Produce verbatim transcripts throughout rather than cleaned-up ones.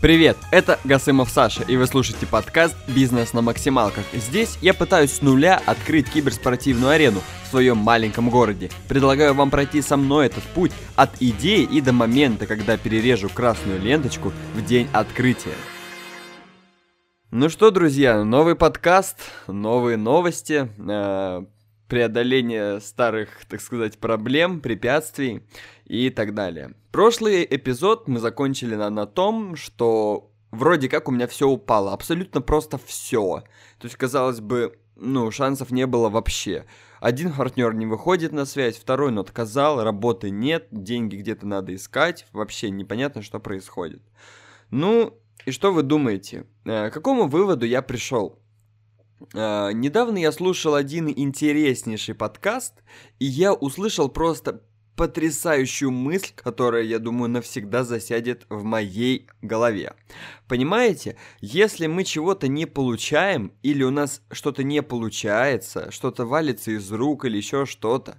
Привет, это Гасымов Саша, и вы слушаете подкаст «Бизнес на максималках». Здесь я пытаюсь с нуля открыть киберспортивную арену в своем маленьком городе. Предлагаю вам пройти со мной этот путь от идеи и до момента, когда перережу красную ленточку в день открытия. Ну что, друзья, новый подкаст, новые новости, э, преодоление старых, так сказать, проблем, препятствий и так далее. Прошлый эпизод мы закончили на, на том, что вроде как у меня все упало, абсолютно просто все. То есть, казалось бы, ну, шансов не было вообще. Один партнер не выходит на связь, второй, ну, отказал, работы нет, деньги где-то надо искать, вообще непонятно, что происходит. Ну, и что вы думаете? К какому выводу я пришел? Недавно я слушал один интереснейший подкаст, и я услышал просто потрясающую мысль, которая, я думаю, навсегда засядет в моей голове. Понимаете, если мы чего-то не получаем, или у нас что-то не получается, что-то валится из рук или еще что-то,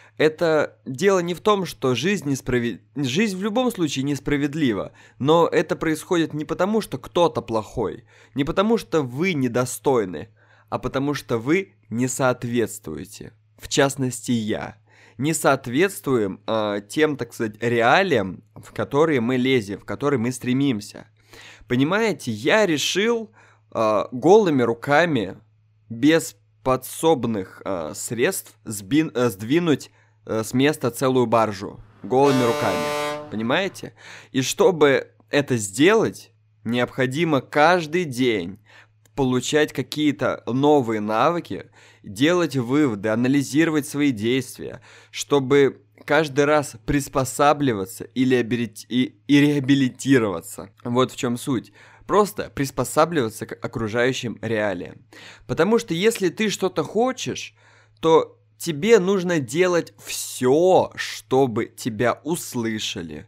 это дело не в том, что жизнь несправед... жизнь в любом случае несправедлива, но это происходит не потому, что кто-то плохой, не потому, что вы недостойны, а потому что вы не соответствуете, в частности я. Не соответствуем э, тем, так сказать, реалиям, в которые мы лезем, в которые мы стремимся. Понимаете, я решил э, голыми руками, без подсобных э, средств, сбин, э, сдвинуть э, с места целую баржу. Голыми руками. Понимаете? И чтобы это сделать, необходимо каждый день получать какие-то новые навыки, делать выводы, анализировать свои действия, чтобы каждый раз приспосабливаться или оберить, и, и реабилитироваться. Вот в чем суть. Просто приспосабливаться к окружающим реалиям. Потому что если ты что-то хочешь, то тебе нужно делать все, чтобы тебя услышали,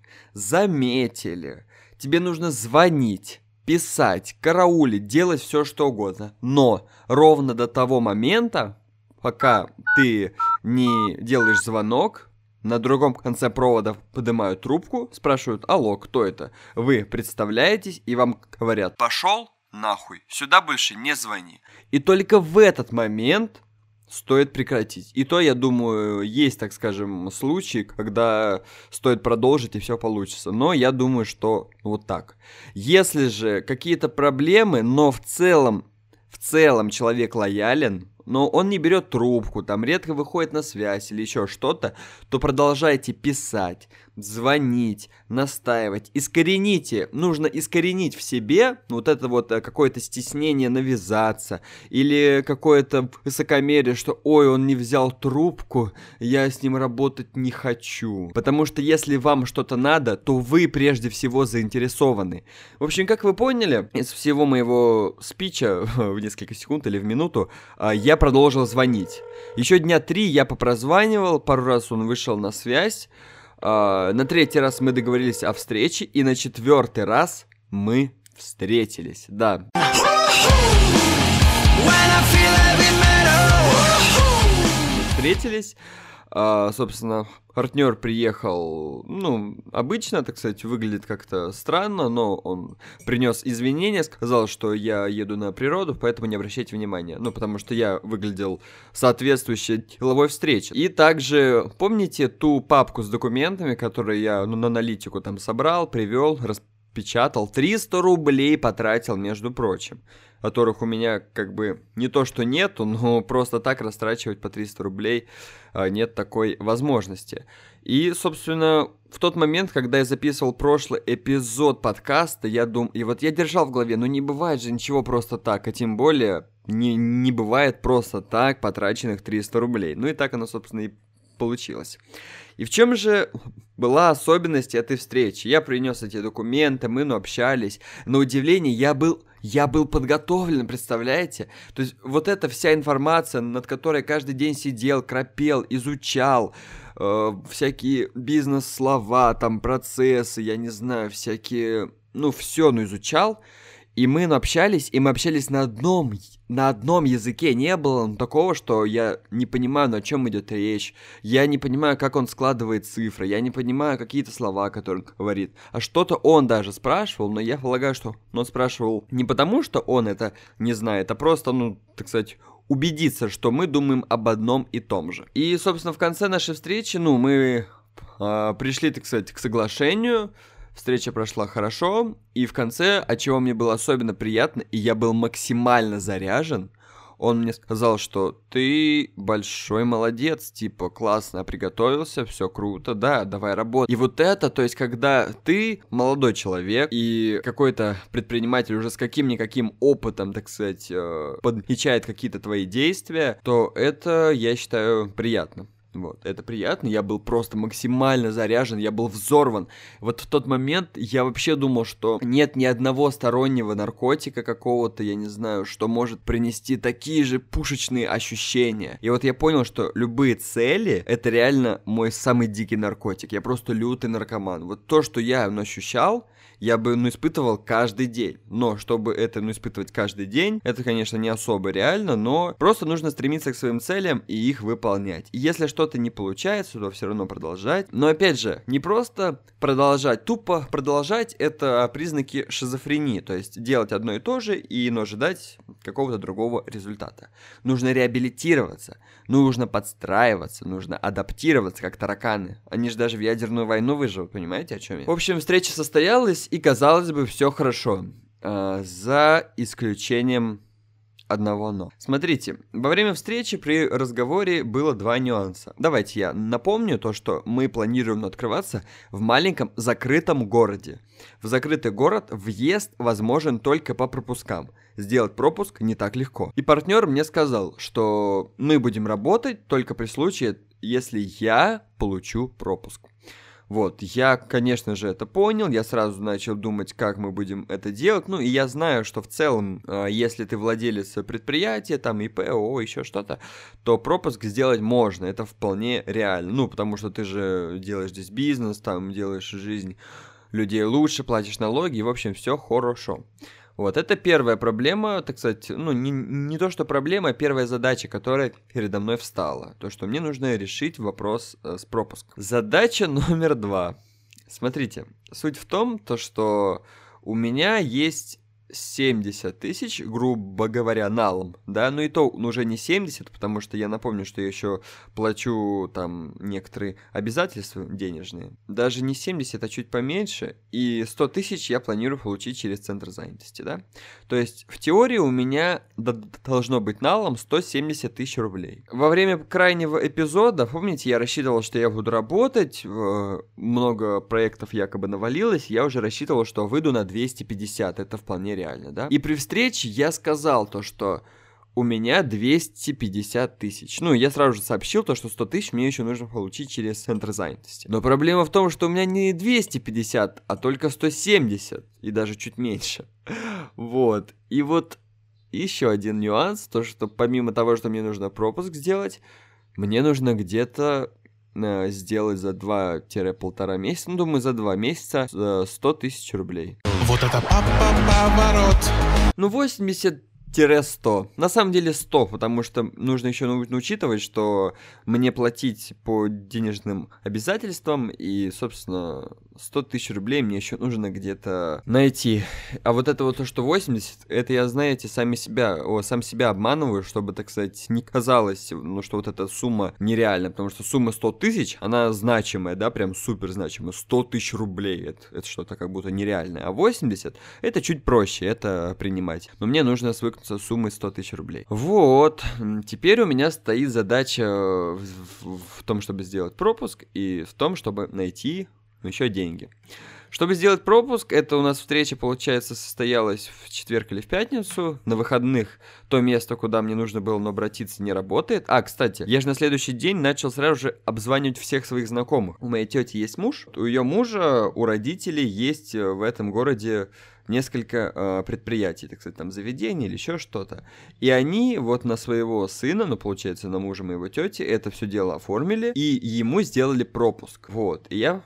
заметили. Тебе нужно звонить, писать, караулить, делать все, что угодно. Но ровно до того момента, пока ты не делаешь звонок, на другом конце провода поднимают трубку, спрашивают: алло, кто это? Вы представляетесь, и вам говорят: пошел нахуй, сюда больше не звони. И только в этот момент стоит прекратить. И то, я думаю, есть, так скажем, случаи, когда стоит продолжить и все получится. Но я думаю, что вот так. Если же какие-то проблемы, но в целом, в целом человек лоялен, но он не берет трубку, там редко выходит на связь или еще что-то, то продолжайте писать, звонить, настаивать, искорените, нужно искоренить в себе вот это вот какое-то стеснение навязаться или какое-то высокомерие, что ой, он не взял трубку, я с ним работать не хочу. Потому что если вам что-то надо, то вы прежде всего заинтересованы. В общем, как вы поняли, из всего моего спича в несколько секунд или в минуту, я продолжил звонить. Еще дня три я попрозванивал, пару раз он вышел на связь. Uh, на третий раз мы договорились о встрече, и на четвертый раз мы встретились, да. Мы встретились, uh, собственно, партнер приехал, ну, обычно, так сказать, выглядит как-то странно, но он принес извинения, сказал, что я еду на природу, поэтому не обращайте внимания, ну, потому что я выглядел соответствующе деловой встрече. И также, помните ту папку с документами, которую я, ну, на аналитику там собрал, привел, распечатал, триста рублей потратил, между прочим, которых у меня как бы не то что нету, но просто так растрачивать по триста рублей а, нет такой возможности. И, собственно, в тот момент, когда я записывал прошлый эпизод подкаста, я думал, и вот я держал в голове, ну не бывает же ничего просто так, а тем более не, не бывает просто так потраченных триста рублей. Ну и так оно, собственно, и получилось. И в чем же была особенность этой встречи? Я принес эти документы, мы, ну, общались. На удивление, я был, я был подготовлен, представляете? То есть вот эта вся информация, над которой каждый день сидел, кропел, изучал, э, всякие бизнес-слова, там, процессы, я не знаю, всякие, ну, все, ну, изучал. И мы ну, общались, и мы общались на одном, на одном языке. Не было ну, такого, что я не понимаю, на чем идет речь. Я не понимаю, как он складывает цифры. Я не понимаю какие-то слова, которые он говорит. А что-то он даже спрашивал, но я полагаю, что он спрашивал не потому, что он это не знает, а просто, ну, так сказать, убедиться, что мы думаем об одном и том же. И, собственно, в конце нашей встречи, ну, мы э, пришли, так сказать, к соглашению. Встреча прошла хорошо, и в конце, от чего мне было особенно приятно, и я был максимально заряжен, он мне сказал, что ты большой молодец, типа, классно приготовился, все круто, да, давай работай. И вот это, то есть, когда ты молодой человек, и какой-то предприниматель уже с каким-никаким опытом, так сказать, подмечает какие-то твои действия, то это, я считаю, приятно. Вот, это приятно, я был просто максимально заряжен, я был взорван. Вот в тот момент я вообще думал, что нет ни одного стороннего наркотика какого-то, я не знаю, что может принести такие же пушечные ощущения. И вот я понял, что любые цели — это реально мой самый дикий наркотик. Я просто лютый наркоман. Вот то, что я ну, ощущал, я бы, ну, испытывал каждый день. Но чтобы это, ну, испытывать каждый день, это, конечно, не особо реально, но просто нужно стремиться к своим целям и их выполнять. И если что-то не получается, то все равно продолжать. Но, опять же, не просто продолжать, тупо продолжать — это признаки шизофрении, то есть делать одно и то же и, ну, ожидать какого-то другого результата. Нужно реабилитироваться, нужно подстраиваться, нужно адаптироваться, как тараканы. Они же даже в ядерную войну выживут, понимаете, о чем я? В общем, встреча состоялась, и, казалось бы, все хорошо. Э, за исключением одного «но». Смотрите, во время встречи при разговоре было два нюанса. Давайте я напомню то, что мы планируем открываться в маленьком закрытом городе. В закрытый город въезд возможен только по пропускам. Сделать пропуск не так легко. И партнер мне сказал, что мы будем работать только при случае, если я получу пропуск. Вот, я, конечно же, это понял, я сразу начал думать, как мы будем это делать, ну, и я знаю, что в целом, если ты владелец предприятия, там, ИП, ООО, еще что-то, то пропуск сделать можно, это вполне реально, ну, потому что ты же делаешь здесь бизнес, там, делаешь жизнь людей лучше, платишь налоги, и, в общем, все хорошо. Вот, это первая проблема, так сказать, ну, не, не то, что проблема, а первая задача, которая передо мной встала. То, что мне нужно решить вопрос э, с пропуском. Задача номер два. Смотрите, суть в том, то, что у меня есть семьдесят тысяч, грубо говоря, налом, да, ну и то ну, уже не семьдесят, потому что я напомню, что я еще плачу там некоторые обязательства денежные, даже не семьдесят, а чуть поменьше, и сто тысяч я планирую получить через центр занятости, да, то есть в теории у меня должно быть налом сто семьдесят тысяч рублей. Во время крайнего эпизода, помните, я рассчитывал, что я буду работать, много проектов якобы навалилось, я уже рассчитывал, что выйду на двести пятьдесят, это вполне реально, да? И при встрече я сказал то, что у меня двести пятьдесят тысяч. Ну, я сразу же сообщил то, что сто тысяч мне еще нужно получить через центр занятости. Но проблема в том, что у меня не двести пятьдесят, а только сто семьдесят, и даже чуть меньше. Вот. И вот еще один нюанс, то, что помимо того, что мне нужно пропуск сделать, мне нужно где-то э, сделать за два-полтора месяца, ну, думаю, за два месяца э, сто тысяч рублей. Вот это поворот. Ну, восемьдесят сто. На самом деле сто, потому что нужно еще учитывать, что мне платить по денежным обязательствам, и, собственно, сто тысяч рублей мне еще нужно где-то найти. А вот это вот то, что восемьдесят, это я, знаете, сами себя, о, сам себя обманываю, чтобы, так сказать, не казалось, ну, что вот эта сумма нереальна, потому что сумма сто тысяч, она значимая, да, прям супер значимая. сто тысяч рублей, это, это что-то как будто нереальное. А восемьдесят, это чуть проще, это принимать. Но мне нужно свыкнуться с суммой сто тысяч рублей. Вот, теперь у меня стоит задача в, в, в том, чтобы сделать пропуск, и в том, чтобы найти еще деньги. Чтобы сделать пропуск, это у нас встреча, получается, состоялась в четверг или в пятницу. На выходных то место, куда мне нужно было обратиться, не работает. А, кстати, я же на следующий день начал сразу же обзванивать всех своих знакомых. У моей тети есть муж, у ее мужа, у родителей есть в этом городе несколько э, предприятий, так сказать, там заведений или еще что-то. И они вот на своего сына, ну, получается, на мужа моего тети, это все дело оформили, и ему сделали пропуск. Вот, и я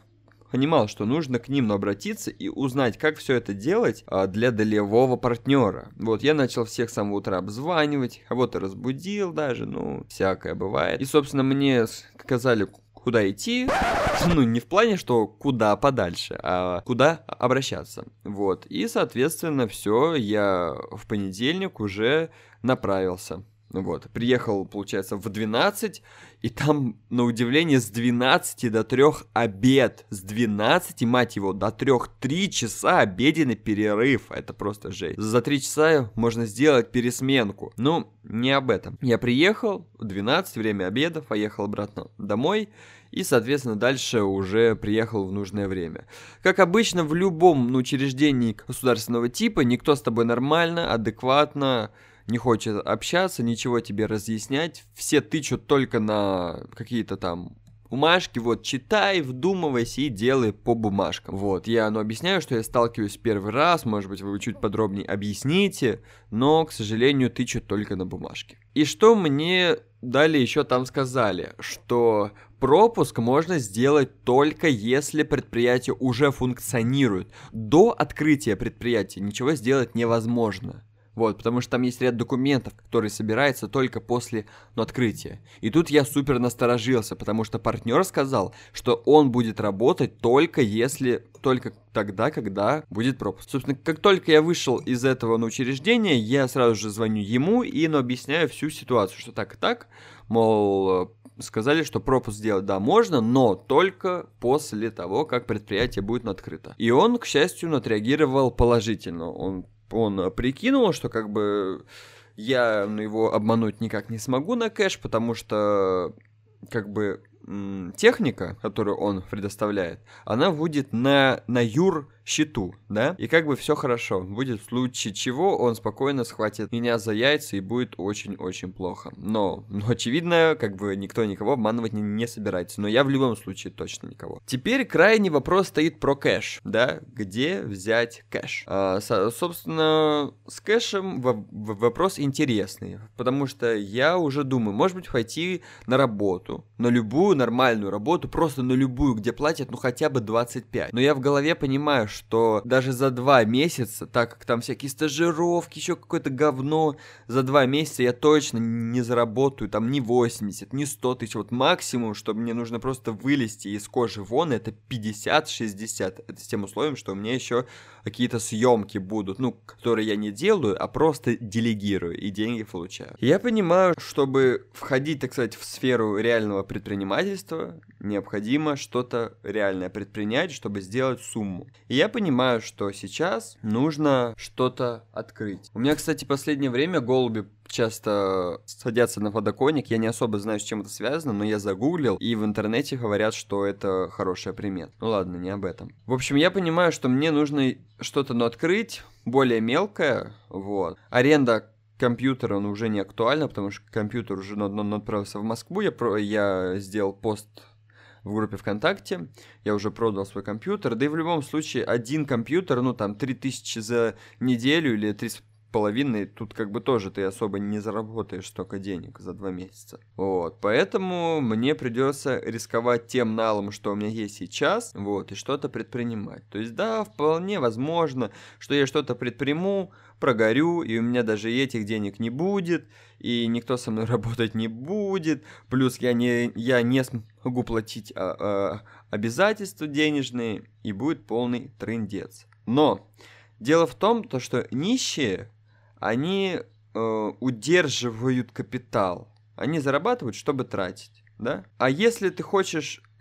понимал, что нужно к ним обратиться и узнать, как все это делать для долевого партнера. Вот, я начал всех с самого утра обзванивать, кого-то разбудил даже, ну, всякое бывает. И, собственно, мне сказали, куда идти, ну, не в плане, что куда подальше, а куда обращаться. Вот, и, соответственно, все, я в понедельник уже направился. Вот, приехал, получается, в двенадцать, и там, на удивление, с двенадцати до трёх обед. С двенадцати, мать его, до трёх, три часа обеденный перерыв. Это просто жесть. За три часа можно сделать пересменку. Ну, не об этом. Я приехал в двенадцать, время обеда, поехал обратно домой. И, соответственно, дальше уже приехал в нужное время. Как обычно, в любом ну, учреждении государственного типа никто с тобой нормально, адекватно не хочет общаться, ничего тебе разъяснять. Все тычут только на какие-то там бумажки. Вот, читай, вдумывайся и делай по бумажкам. Вот, я ну, объясняю, что я сталкиваюсь первый раз. Может быть, вы чуть подробнее объясните. Но, к сожалению, тычут только на бумажке. И что мне далее еще там сказали? Что пропуск можно сделать только если предприятие уже функционирует. До открытия предприятия ничего сделать невозможно. Вот, потому что там есть ряд документов, которые собираются только после ну, открытия. И тут я супер насторожился, потому что партнер сказал, что он будет работать только если, только тогда, когда будет пропуск. Собственно, как только я вышел из этого ну, учреждения, я сразу же звоню ему и ну, объясняю всю ситуацию, что так и так, мол, сказали, что пропуск сделать, да, можно, но только после того, как предприятие будет ну, открыто. И он, к счастью, ну, отреагировал положительно. Он Он прикинул, что как бы я ну, его обмануть никак не смогу на кэш, потому что как бы м- техника, которую он предоставляет, она будет на, на юр счету, да, и как бы все хорошо, будет в случае чего он спокойно схватит меня за яйца и будет очень-очень плохо. Но, ну, очевидно, как бы никто никого обманывать не, не собирается, но я в любом случае точно никого. Теперь крайний вопрос стоит про кэш, да, где взять кэш? А, со, собственно, с кэшем в, в, вопрос интересный, потому что я уже думаю, может быть, пойти на работу, на любую нормальную работу, просто на любую, где платят, ну, хотя бы двадцать пять. Но я в голове понимаю, что даже за два месяца, так как там всякие стажировки, еще какое-то говно, за два месяца я точно не заработаю там ни восемьдесят, ни сто тысяч. Вот максимум, что мне нужно просто вылезти из кожи вон, это пятьдесят-шестьдесят. Это с тем условием, что у меня еще какие-то съемки будут, ну, которые я не делаю, а просто делегирую и деньги получаю. Я понимаю, чтобы входить, так сказать, в сферу реального предпринимательства, необходимо что-то реальное предпринять, чтобы сделать сумму. И я понимаю, что сейчас нужно что-то открыть. У меня, кстати, в последнее время голуби часто садятся на подоконник. Я не особо знаю, с чем это связано, но я загуглил, и в интернете говорят, что это хорошая примета. Ну ладно, не об этом. В общем, я понимаю, что мне нужно что-то ну, открыть, более мелкое, вот. Аренда компьютера, он уже не актуальна, потому что компьютер уже ну, ну, отправился в Москву. Я, про... я сделал пост в группе ВКонтакте, я уже продал свой компьютер, да и в любом случае один компьютер, ну там три тысячи за неделю или три с половиной, тут как бы тоже ты особо не заработаешь столько денег за два месяца. Вот, поэтому мне придется рисковать тем налом, что у меня есть сейчас, вот, и что-то предпринимать. То есть да, вполне возможно, что я что-то предприму, прогорю, и у меня даже этих денег не будет, и никто со мной работать не будет, плюс я не, я не смогу платить а, а, обязательства денежные, и будет полный трындец. Но дело в том, то, что нищие, они э, удерживают капитал, они зарабатывают, чтобы тратить, да? А если ты хочешь э,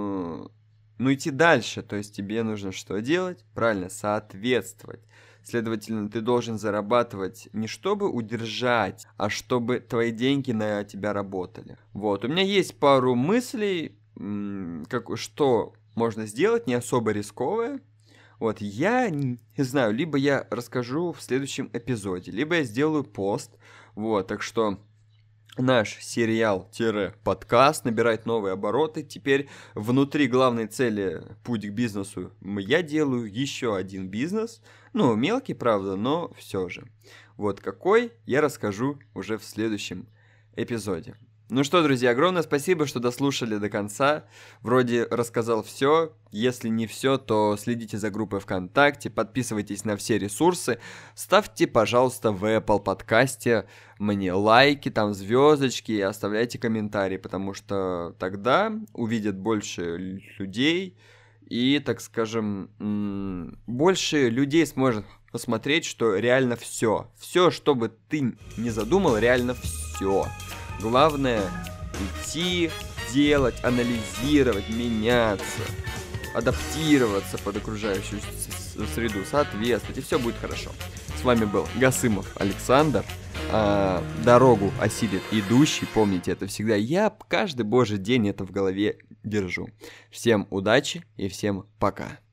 ну, идти дальше, то есть тебе нужно что делать? Правильно, соответствовать. Следовательно, ты должен зарабатывать не чтобы удержать, а чтобы твои деньги на тебя работали. Вот, у меня есть пару мыслей, как, что можно сделать, не особо рисковое. Вот, я не знаю, либо я расскажу в следующем эпизоде, либо я сделаю пост. Вот, так что наш сериал-подкаст набирает новые обороты. Теперь внутри главной цели «Путь к бизнесу» я делаю еще один бизнес. Ну, мелкий, правда, но все же. Вот какой, я расскажу уже в следующем эпизоде. Ну что, друзья, огромное спасибо, что дослушали до конца. Вроде рассказал все. Если не все, то следите за группой ВКонтакте, подписывайтесь на все ресурсы, ставьте, пожалуйста, в Apple подкасте мне лайки, там звездочки, и оставляйте комментарии, потому что тогда увидят больше людей и, так скажем, м- больше людей сможет посмотреть, что реально все. Все, что бы ты не задумал, реально все. Главное идти, делать, анализировать, меняться, адаптироваться под окружающую среду, соответствовать, и все будет хорошо. С вами был Гасымов Александр. А, дорогу осилит идущий, помните это всегда. Я каждый божий день это в голове держу. Всем удачи и всем пока.